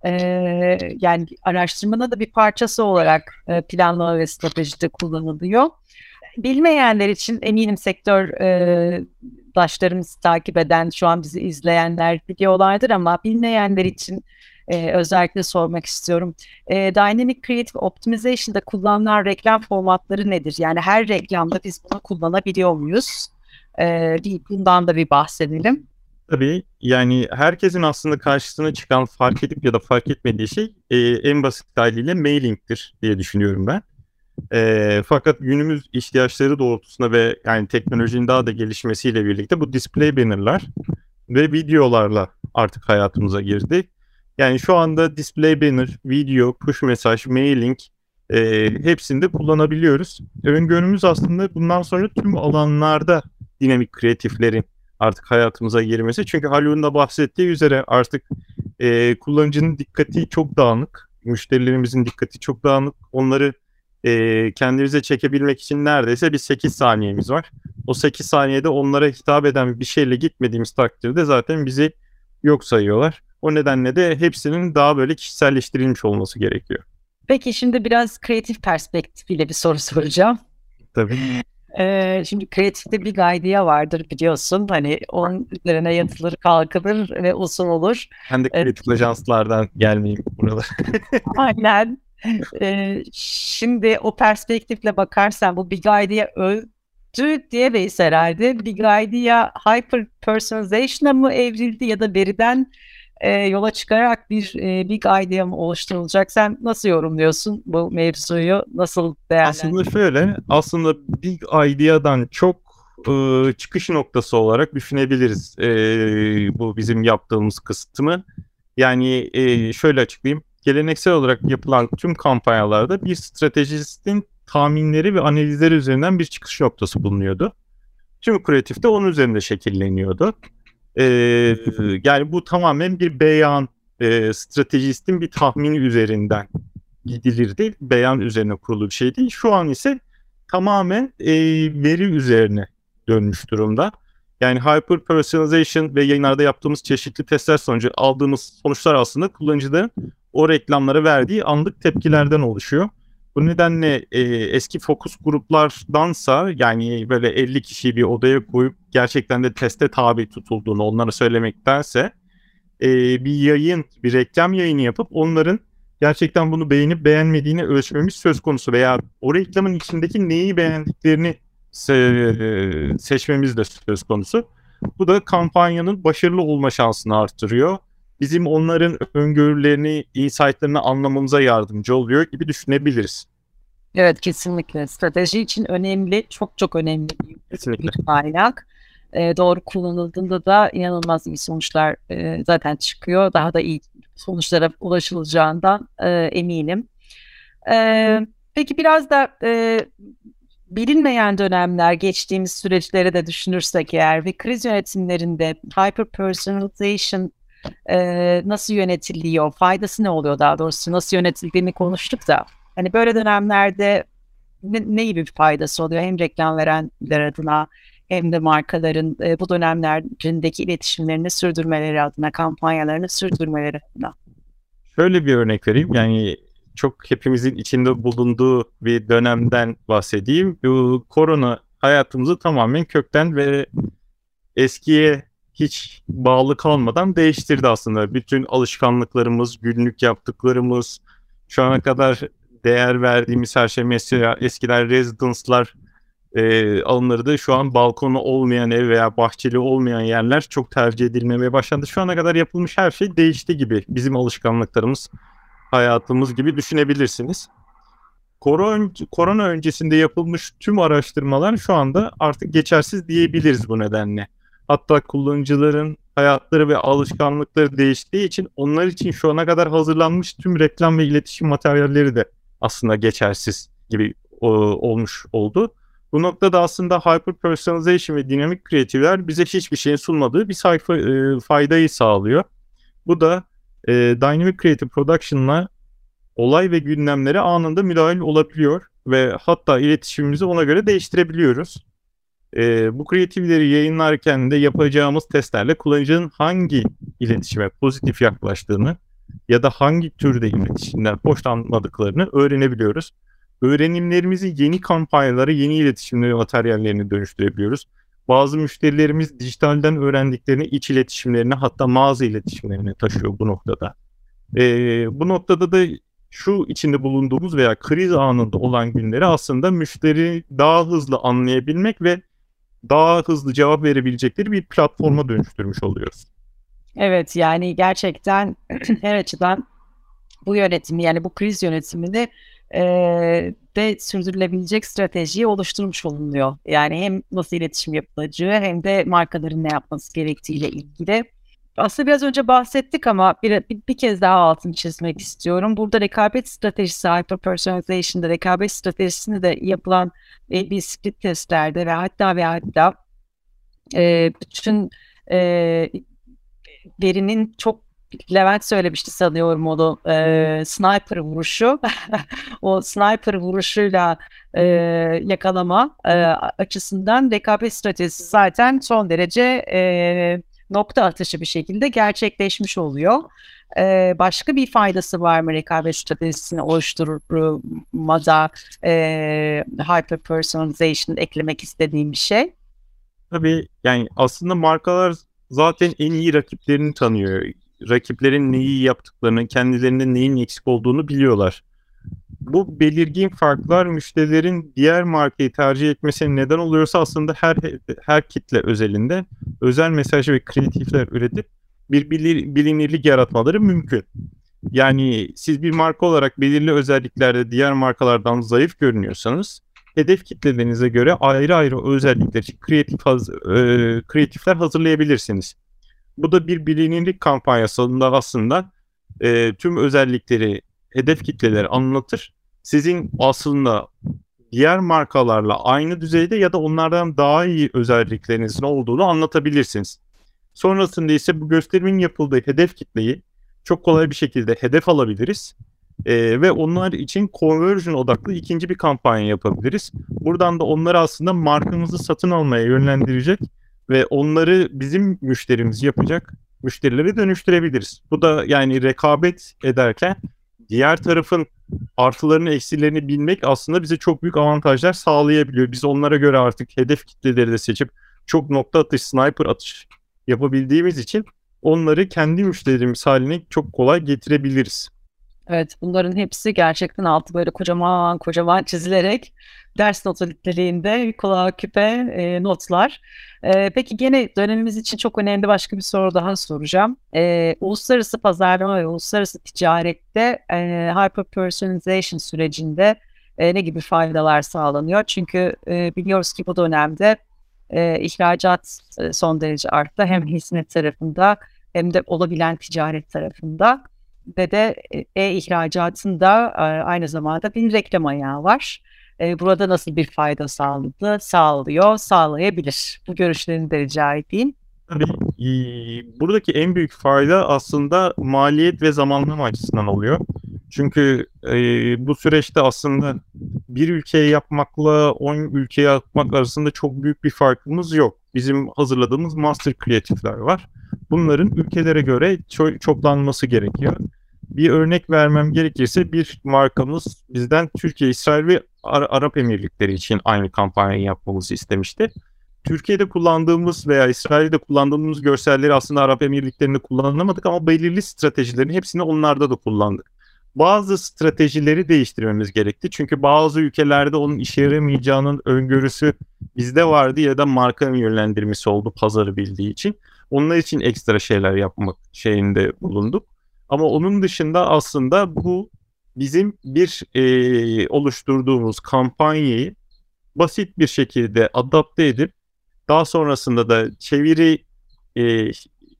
Ee, yani araştırmanın da bir parçası olarak e, planlama ve stratejide kullanılıyor. Bilmeyenler için eminim sektör e, daşlarımızı takip eden, şu an bizi izleyenler biliyorlardır ama bilmeyenler için e, özellikle sormak istiyorum. E, Dynamic Creative Optimization'da kullanılan reklam formatları nedir? Yani her reklamda biz bunu kullanabiliyor muyuz? E, bir, bundan da bir bahsedelim. Tabii yani herkesin aslında karşısına çıkan fark edip ya da fark etmediği şey e, en basit haliyle mailing'tir diye düşünüyorum ben. E, fakat günümüz ihtiyaçları doğrultusunda ve yani teknolojinin daha da gelişmesiyle birlikte bu display banner'lar ve videolarla artık hayatımıza girdi. Yani şu anda display banner, video, push mesaj, mailing e, hepsini de kullanabiliyoruz. Öngörümüz aslında bundan sonra tüm alanlarda dinamik kreatiflerin artık hayatımıza girmesi. Çünkü Haluk'un da bahsettiği üzere artık e, kullanıcının dikkati çok dağınık. Müşterilerimizin dikkati çok dağınık. Onları e, kendimize çekebilmek için neredeyse bir sekiz saniyemiz var. O sekiz saniyede onlara hitap eden bir şeyle gitmediğimiz takdirde zaten bizi yok sayıyorlar. O nedenle de hepsinin daha böyle kişiselleştirilmiş olması gerekiyor. Peki şimdi biraz kreatif perspektifiyle bir soru soracağım. Tabii. Ee, şimdi kreatifte bir idea vardır biliyorsun. Hani onun üzerine yatılır, kalkılır ve uzun olur. Hem de kreatif ajanslardan gelmeyeyim buralara. Aynen. Ee, şimdi o perspektifle bakarsan bu Big Idea öldü diyemeyiz herhalde. Big Idea hyper personalization'a mı evrildi ya da veriden e, yola çıkarak bir e, Big Idea mı oluşturulacak? Sen nasıl yorumluyorsun bu mevzuyu? Nasıl değerlendiriyorsun? Aslında şöyle, aslında Big Idea'dan çok e, çıkış noktası olarak düşünebiliriz e, bu bizim yaptığımız kısmı. Yani e, şöyle açıklayayım. Geleneksel olarak yapılan tüm kampanyalarda bir stratejistin tahminleri ve analizleri üzerinden bir çıkış noktası bulunuyordu. Tüm kreatif de onun üzerinde şekilleniyordu. Ee, yani bu tamamen bir beyan, e, stratejistin bir tahmini üzerinden gidilirdi. Beyan üzerine kurulu bir şey değil. Şu an ise tamamen e, veri üzerine dönmüş durumda. Yani hyper personalization ve yayınlarda yaptığımız çeşitli testler sonucu aldığımız sonuçlar aslında kullanıcıların o reklamlara verdiği anlık tepkilerden oluşuyor. Bu nedenle e, eski fokus gruplardansa yani böyle elli kişiyi bir odaya koyup gerçekten de teste tabi tutulduğunu onlara söylemektense e, bir yayın, bir reklam yayını yapıp onların gerçekten bunu beğenip beğenmediğini ölçmemiz söz konusu veya o reklamın içindeki neyi beğendiklerini se- seçmemiz de söz konusu. Bu da kampanyanın başarılı olma şansını artırıyor. Bizim onların öngörülerini, insight'larını anlamamıza yardımcı oluyor gibi düşünebiliriz. Evet, kesinlikle. Strateji için önemli, çok çok önemli Kesinlikle. bir kaynak. E, doğru kullanıldığında da inanılmaz iyi sonuçlar e, zaten çıkıyor. Daha da iyi sonuçlara ulaşılacağından e, eminim. E, peki biraz da e, bilinmeyen dönemler, geçtiğimiz süreçleri de düşünürsek eğer ve kriz yönetimlerinde hyper personalization e, nasıl yönetiliyor, faydası ne oluyor daha doğrusu, nasıl yönetildiğini konuştuk da hani böyle dönemlerde ne, ne gibi bir faydası oluyor hem reklam verenler adına hem de markaların e, bu dönemlerindeki iletişimlerini sürdürmeleri adına, kampanyalarını sürdürmeleri adına. Şöyle bir örnek vereyim. Yani çok hepimizin içinde bulunduğu bir dönemden bahsedeyim. Bu korona hayatımızı tamamen kökten ve eskiye hiç bağlı kalmadan değiştirdi aslında. Bütün alışkanlıklarımız, günlük yaptıklarımız, şu ana kadar değer verdiğimiz her şey, mesela eskiden residence'lar e, alınırdı da şu an balkonu olmayan ev veya bahçeli olmayan yerler çok tercih edilmemeye başlandı. Şu ana kadar yapılmış her şey değişti gibi. Bizim alışkanlıklarımız, hayatımız gibi düşünebilirsiniz. Korona, korona öncesinde yapılmış tüm araştırmalar şu anda artık geçersiz diyebiliriz bu nedenle. Hatta kullanıcıların hayatları ve alışkanlıkları değiştiği için onlar için şu ana kadar hazırlanmış tüm reklam ve iletişim materyalleri de aslında geçersiz gibi o, olmuş oldu. Bu noktada aslında hyper personalization ve dinamik kreatifler bize hiçbir şeyin sunmadığı bir sayfa e, faydayı sağlıyor. Bu da e, Dynamic Creative Production'la olay ve gündemlere anında müdahil olabiliyor ve hatta iletişimimizi ona göre değiştirebiliyoruz. E, bu kreatifleri yayınlarken de yapacağımız testlerle kullanıcının hangi iletişime pozitif yaklaştığını ya da hangi türde iletişimden hoşlanmadıklarını öğrenebiliyoruz. Öğrenimlerimizi yeni kampanyalara, yeni iletişimleri, materyallerini dönüştürebiliyoruz. Bazı müşterilerimiz dijitalden öğrendiklerini iç iletişimlerine, hatta mağaza iletişimlerine taşıyor bu noktada. Ee, bu noktada da şu içinde bulunduğumuz veya kriz anında olan günleri aslında müşteri daha hızlı anlayabilmek ve daha hızlı cevap verebilecekleri bir platforma dönüştürmüş oluyoruz. Evet, yani gerçekten her açıdan bu yönetimi, yani bu kriz yönetimini e, de sürdürülebilecek stratejiyi oluşturmuş olunuyor. Yani hem nasıl iletişim yapılacağı hem de markaların ne yapması gerektiğiyle ilgili. Aslında biraz önce bahsettik ama bir, bir, bir kez daha altını çizmek istiyorum. Burada rekabet stratejisi, hyper-personalization'da rekabet stratejisini de yapılan e, bir split testlerde ve hatta ve hatta e, bütün e, verinin çok, Levent söylemişti sanıyorum onu, e, sniper vuruşu. O sniper vuruşuyla e, yakalama e, açısından rekabet stratejisi zaten son derece e, nokta atışı bir şekilde gerçekleşmiş oluyor. E, başka bir faydası var mı rekabet stratejisini oluşturmada e, hyper personalization eklemek istediğim bir şey? Tabii yani aslında markalar zaten en iyi rakiplerini tanıyor. Rakiplerin neyi yaptıklarını, kendilerinde neyin eksik olduğunu biliyorlar. Bu belirgin farklar müşterilerin diğer markayı tercih etmesine neden oluyorsa aslında her her kitle özelinde özel mesaj ve kreatifler üretip bir bilir, bilinirlik yaratmaları mümkün. Yani siz bir marka olarak belirli özelliklerde diğer markalardan zayıf görünüyorsanız hedef kitlelerinize göre ayrı ayrı özellikler için kreatif haz, e, kreatifler hazırlayabilirsiniz. Bu da bir bilinirlik kampanyasında aslında e, tüm özellikleri hedef kitleleri anlatır. Sizin aslında diğer markalarla aynı düzeyde ya da onlardan daha iyi özelliklerinizin olduğunu anlatabilirsiniz. Sonrasında ise bu gösterimin yapıldığı hedef kitleyi çok kolay bir şekilde hedef alabiliriz. Ee, ve onlar için conversion odaklı ikinci bir kampanya yapabiliriz. Buradan da onları aslında markamızı satın almaya yönlendirecek ve onları bizim müşterimiz yapacak müşterileri dönüştürebiliriz. Bu da yani rekabet ederken diğer tarafın artılarını eksilerini bilmek aslında bize çok büyük avantajlar sağlayabiliyor. Biz onlara göre artık hedef kitleleri de seçip çok nokta atış, sniper atış yapabildiğimiz için onları kendi müşterimiz haline çok kolay getirebiliriz. Evet, bunların hepsi gerçekten altı böyle kocaman kocaman çizilerek ders notu niteliğinde kulağa küpe e, notlar. E, peki gene dönemimiz için çok önemli başka bir soru daha soracağım. E, uluslararası pazarlama ve uluslararası ticarette e, hyper personalization sürecinde e, ne gibi faydalar sağlanıyor? Çünkü e, biliyoruz ki bu dönemde e, ihracat e, son derece arttı. Hem hizmet tarafında hem de olabilen ticaret tarafında. Ve de e-ihracatın da aynı zamanda bir reklam ayağı var. Burada nasıl bir fayda sağladı, sağlıyor, sağlayabilir? Bu görüşlerini de rica edeyim. Tabii buradaki en büyük fayda aslında maliyet ve zamanlama açısından oluyor. Çünkü e, bu süreçte aslında bir ülkeye yapmakla on ülkeye yapmak arasında çok büyük bir farkımız yok. Bizim hazırladığımız master kreatifler var. Bunların ülkelere göre ço- çoklanması gerekiyor. Bir örnek vermem gerekirse bir markamız bizden Türkiye, İsrail ve Ar- Arap Emirlikleri için aynı kampanyayı yapmamızı istemişti. Türkiye'de kullandığımız veya İsrail'de kullandığımız görselleri aslında Arap Emirlikleri'nde kullanamadık ama belirli stratejilerin hepsini onlarda da kullandık. Bazı stratejileri değiştirmemiz gerekti. Çünkü bazı ülkelerde onun işe yaramayacağının öngörüsü bizde vardı ya da markanın yönlendirmesi oldu pazarı bildiği için. Onlar için ekstra şeyler yapmak şeyinde bulunduk. Ama onun dışında aslında bu bizim bir e, oluşturduğumuz kampanyayı basit bir şekilde adapte edip daha sonrasında da çeviri e,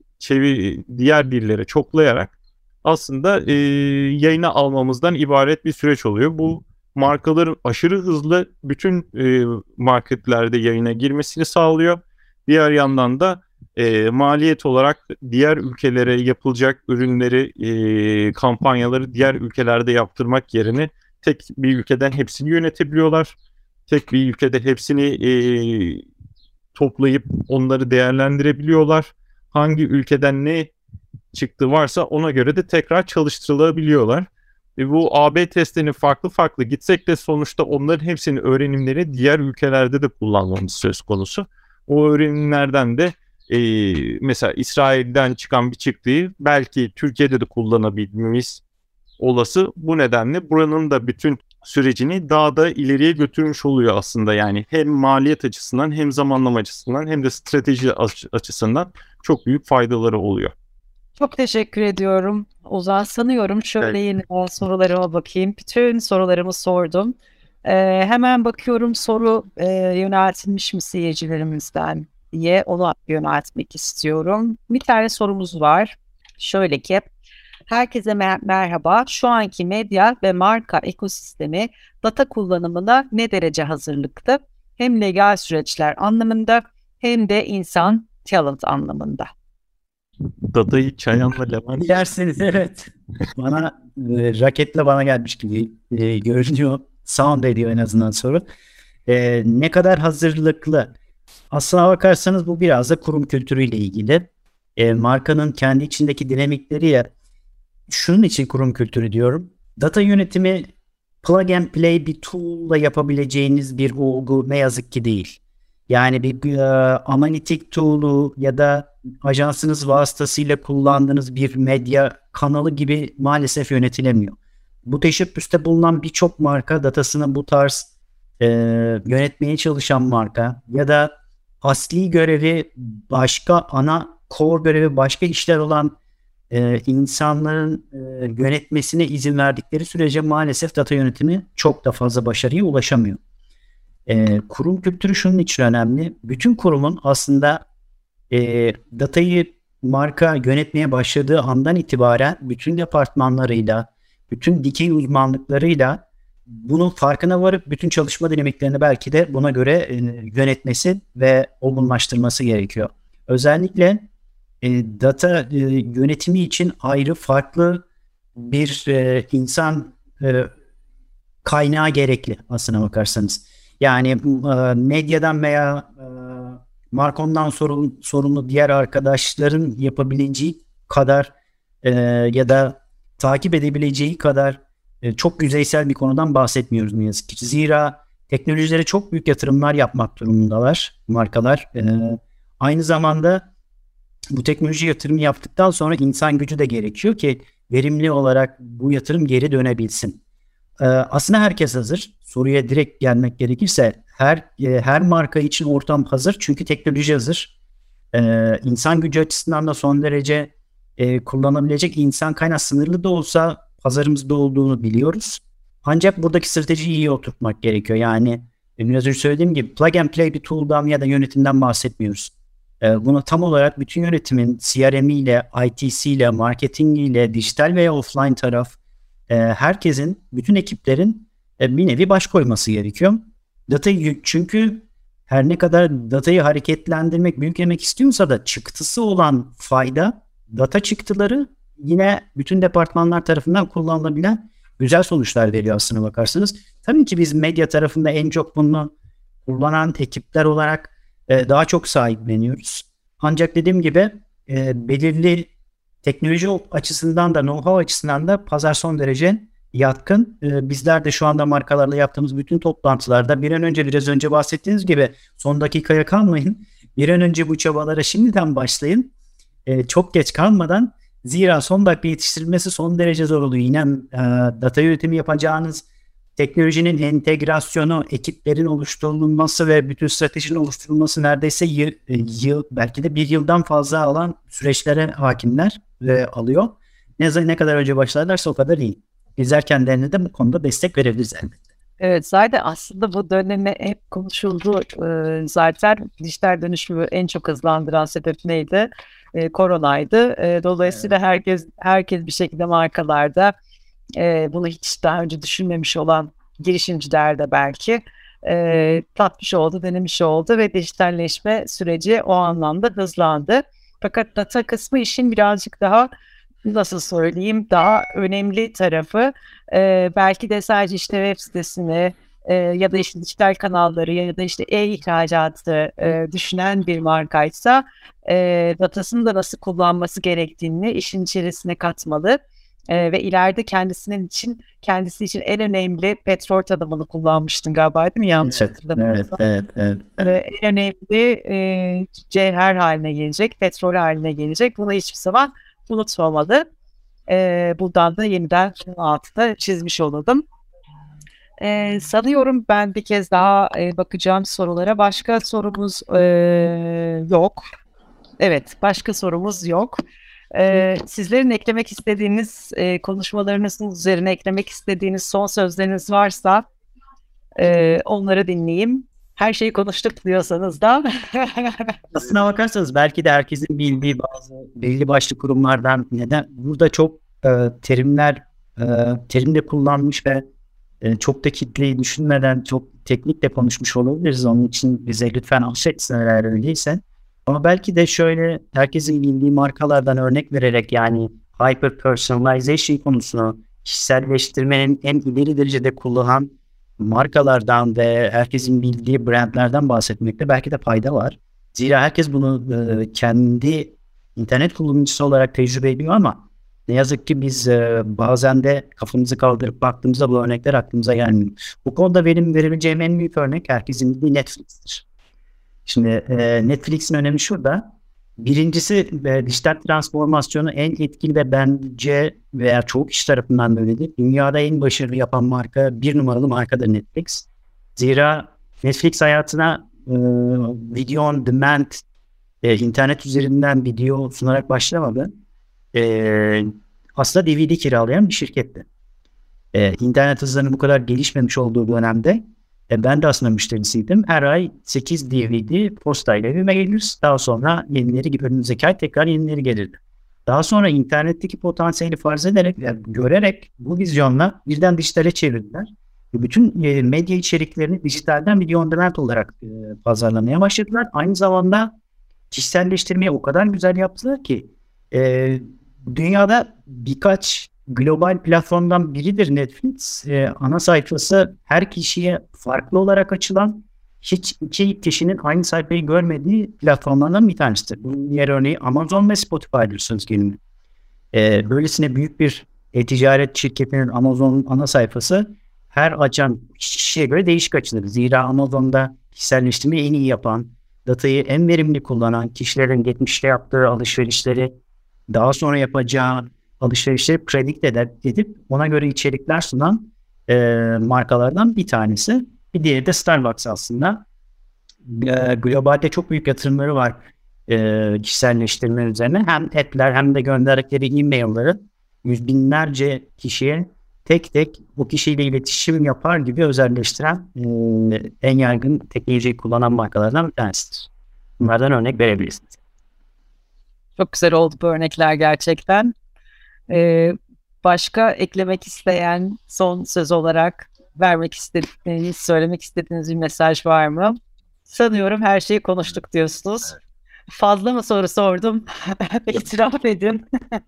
çeviri diğer dillere çoklayarak aslında e, yayına almamızdan ibaret bir süreç oluyor. Bu markaların aşırı hızlı bütün e, marketlerde yayına girmesini sağlıyor. Diğer yandan da e, maliyet olarak diğer ülkelere yapılacak ürünleri, e, kampanyaları diğer ülkelerde yaptırmak yerine tek bir ülkeden hepsini yönetebiliyorlar. Tek bir ülkede hepsini e, toplayıp onları değerlendirebiliyorlar. Hangi ülkeden ne çıktı varsa ona göre de tekrar çalıştırılabiliyorlar. E bu A B testlerinin farklı farklı gitsek de sonuçta onların hepsinin öğrenimleri diğer ülkelerde de kullanmamız söz konusu. O öğrenimlerden de e, mesela İsrail'den çıkan bir çıktıyı belki Türkiye'de de kullanabilmemiz olası. Bu nedenle buranın da bütün sürecini daha da ileriye götürmüş oluyor aslında. Yani hem maliyet açısından hem zamanlama açısından hem de strateji açısından çok büyük faydaları oluyor. Çok teşekkür ediyorum Ozan. Sanıyorum şöyle Evet. yeniden sorularıma bakayım. Bütün sorularımı sordum. Ee, hemen bakıyorum soru e, yöneltilmiş mi seyircilerimizden diye ona yöneltmek istiyorum. Bir tane sorumuz var. Şöyle ki, herkese mer- merhaba. Şu anki medya ve marka ekosistemi data kullanımına ne derece hazırlıklı? Hem legal süreçler anlamında hem de insan talent anlamında. Datayı Çayan'la Levent Derseniz evet. Bana e, raketle bana gelmiş gibi e, görünüyor. Sound ediyor en azından soru. E, ne kadar hazırlıklı? Aslına bakarsanız bu biraz da kurum kültürüyle ilgili. E, markanın kendi içindeki dinamikleri ya. Şunun için kurum kültürü diyorum. Data yönetimi plug and play bir tool'la yapabileceğiniz bir olgu ne yazık ki değil. Yani bir e, analitik tool'u ya da ajansınız vasıtasıyla kullandığınız bir medya kanalı gibi maalesef yönetilemiyor. Bu teşebbüste bulunan birçok marka datasını bu tarz e, yönetmeye çalışan marka ya da asli görevi başka, ana core görevi başka işler olan e, insanların e, yönetmesine izin verdikleri sürece maalesef data yönetimi çok da fazla başarıya ulaşamıyor. E, kurum kültürü şunun için önemli. Bütün kurumun aslında e, datayı marka yönetmeye başladığı andan itibaren bütün departmanlarıyla, bütün dikey uzmanlıklarıyla bunun farkına varıp bütün çalışma dinamiklerini belki de buna göre e, yönetmesi ve olgunlaştırması gerekiyor. Özellikle e, data e, yönetimi için ayrı farklı bir e, insan e, kaynağı gerekli aslına bakarsanız. Yani e, medyadan veya e, Markom'dan sorumlu, sorumlu diğer arkadaşların yapabileceği kadar e, ya da takip edebileceği kadar e, çok yüzeysel bir konudan bahsetmiyoruz ne yazık ki. Zira teknolojilere çok büyük yatırımlar yapmak durumundalar markalar. E, aynı zamanda bu teknoloji yatırımı yaptıktan sonra insan gücü de gerekiyor ki verimli olarak bu yatırım geri dönebilsin. E, aslında herkes hazır. Soruya direkt gelmek gerekirse her e, her marka için ortam hazır çünkü teknoloji hazır. E, insan gücü açısından da son derece e, kullanabilecek insan kaynağı sınırlı da olsa pazarımızda olduğunu biliyoruz. Ancak buradaki stratejiyi iyi oturtmak gerekiyor. Yani biraz önce söylediğim gibi plug and play bir tool'dan ya da yönetimden bahsetmiyoruz. E, bunu tam olarak bütün yönetimin C R M'ile, I T C'yle, marketingiyle, dijital veya offline taraf e, herkesin, bütün ekiplerin e, bir nevi baş koyması gerekiyor. Datayı çünkü her ne kadar datayı hareketlendirmek, büyüklemek istiyorsa da çıktısı olan fayda, data çıktıları yine bütün departmanlar tarafından kullanılabilen güzel sonuçlar veriyor aslına bakarsanız. Tabii ki biz medya tarafında en çok bunu kullanan ekipler olarak e, daha çok sahipleniyoruz. Ancak dediğim gibi e, belirli teknoloji açısından da know-how açısından da pazar son derece yatkın. Ee, bizler de şu anda markalarla yaptığımız bütün toplantılarda bir an önce biraz önce bahsettiğiniz gibi son dakikaya kalmayın. Bir an önce bu çabalara şimdiden başlayın. Ee, çok geç kalmadan zira son dakika yetiştirilmesi son derece zor oluyor. Yine e, data yönetimi yapacağınız teknolojinin entegrasyonu, ekiplerin oluşturulması ve bütün stratejinin oluşturulması neredeyse yıl, yıl belki de bir yıldan fazla alan süreçlere hakimler ve alıyor. Ne, ne kadar önce başlarlarsa o kadar iyi. Bizler kendilerine de bu konuda destek verebiliriz elbette. Evet, zaten aslında bu dönemi hep konuşuldu. Ee, zaten dijital dönüşümü en çok hızlandıran sebep neydi? Ee, koronaydı. Ee, dolayısıyla evet. herkes herkes bir şekilde markalarda e, bunu hiç daha önce düşünmemiş olan girişimciler de belki e, tatmış oldu, denemiş oldu ve dijitalleşme süreci o anlamda hızlandı. Fakat data kısmı işin birazcık daha, nasıl söyleyeyim, daha önemli tarafı. E, belki de sadece işte web sitesini e, ya da işte dijital kanalları ya da işte e-ihracatı e, düşünen bir markaysa e, datasını da nasıl kullanması gerektiğini işin içerisine katmalı. Ee, ve ileride kendisinin için kendisi için en önemli petrol tanımını kullanmıştın galiba, değil mi? Yanlış Evet, hatırlamıyorsam. evet, evet, evet. Ve en önemli e, cevher haline gelecek, petrol haline gelecek. Bunu hiçbir zaman unutmamalı. E, buradan da yeniden altına çizmiş olalım. E, sanıyorum ben bir kez daha e, bakacağım sorulara. Başka sorumuz e, yok. Evet, başka sorumuz yok. Ee, sizlerin eklemek istediğiniz, e, konuşmalarınızın üzerine eklemek istediğiniz son sözleriniz varsa e, onları dinleyeyim. Her şeyi konuştuk diyorsanız da. Aslına bakarsanız belki de herkesin bildiği bazı belli başlı kurumlardan, neden burada çok e, terimler e, terimde kullanmış ve e, çok da kitleyi düşünmeden çok teknikle konuşmuş olabiliriz. Onun için bize lütfen affetsin eğer öyleyse. Ama belki de şöyle herkesin bildiği markalardan örnek vererek, yani hyper personalization konusunu kişiselleştirmenin en ileri derecede kullanan markalardan ve herkesin bildiği brandlerden bahsetmekte belki de fayda var. Zira herkes bunu e, kendi internet kullanıcısı olarak tecrübe ediyor ama ne yazık ki biz e, bazen de kafamızı kaldırıp baktığımızda bu örnekler aklımıza gelmiyor. Bu konuda benim verebileceğim en büyük örnek herkesin bildiği Netflix'tir. Şimdi e, Netflix'in önemi şurada. Birincisi e, dijital transformasyonu en etkili ve bence veya çoğu kişi tarafından böyledir. Dünyada en başarılı yapan marka, bir numaralı markadır Netflix. Zira Netflix hayatına e, video on demand, e, internet üzerinden video sunarak başlamadı. E, aslında D V D kiralayan bir şirketti. E, internet hızlarının bu kadar gelişmemiş olduğu dönemde E ben de aslında müşterisiydim. Her ay sekiz D V D postayla evime gelir. Daha sonra yenileri gibi önümüzdeki ay tekrar yenileri gelirdi. Daha sonra internetteki potansiyeli farz ederek, yani görerek bu vizyonla birden dijitale çevirdiler. Ve bütün e, medya içeriklerini dijitalden video on demand olarak e, pazarlamaya başladılar. Aynı zamanda kişiselleştirmeyi o kadar güzel yaptılar ki e, dünyada birkaç global platformdan biridir Netflix. Ee, ana sayfası her kişiye farklı olarak açılan, hiç iki kişinin aynı sayfayı görmediği platformlardan bir tanesidir. Bunun diğer örneği Amazon ve Spotify'dır söz gelimi. Ee, böylesine büyük bir e-ticaret şirketinin Amazon'un ana sayfası her açan kişiye göre değişik açılır. Zira Amazon'da kişiselleştirmeyi en iyi yapan, datayı en verimli kullanan, kişilerin geçmişte yaptığı alışverişleri daha sonra yapacağı alışverişleri predict eder, edip ona göre içerikler sunan e, markalardan bir tanesi. Bir diğeri de Starbucks aslında. E, globalde çok büyük yatırımları var e, kişiselleştirme üzerine. Hem app'ler hem de gönderdikleri e-mail'ları yüz binlerce kişiye tek tek o kişiyle iletişim yapar gibi özelleştiren e, en yaygın teknolojiyi kullanan markalardan bir tanesidir. Bunlardan örnek verebilirsiniz. Çok güzel oldu bu örnekler gerçekten. Ee, başka eklemek isteyen, son söz olarak vermek istediğiniz, söylemek istediğiniz bir mesaj var mı? Sanıyorum her şeyi konuştuk diyorsunuz. Fazla mı soru sordum? İtiraf edin.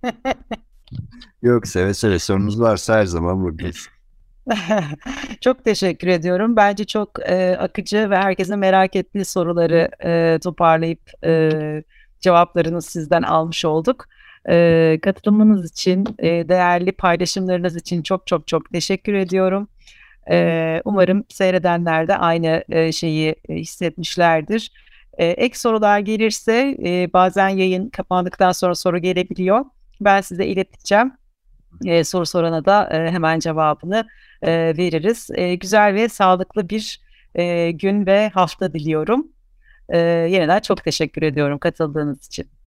Yok, seve seve, sorunuz varsa her zaman buradayız. Çok teşekkür ediyorum. Bence çok e, akıcı ve herkesin merak ettiği soruları e, toparlayıp e, cevaplarını sizden almış olduk. E, katılımınız için, e, değerli paylaşımlarınız için çok çok çok teşekkür ediyorum. E, umarım seyredenler de aynı e, şeyi e, hissetmişlerdir. E, ek sorular gelirse e, bazen yayın kapandıktan sonra soru gelebiliyor. Ben size ileteceğim. E, soru sorana da e, hemen cevabını e, veririz. E, güzel ve sağlıklı bir e, gün ve hafta diliyorum. E, yeniden çok teşekkür ediyorum katıldığınız için.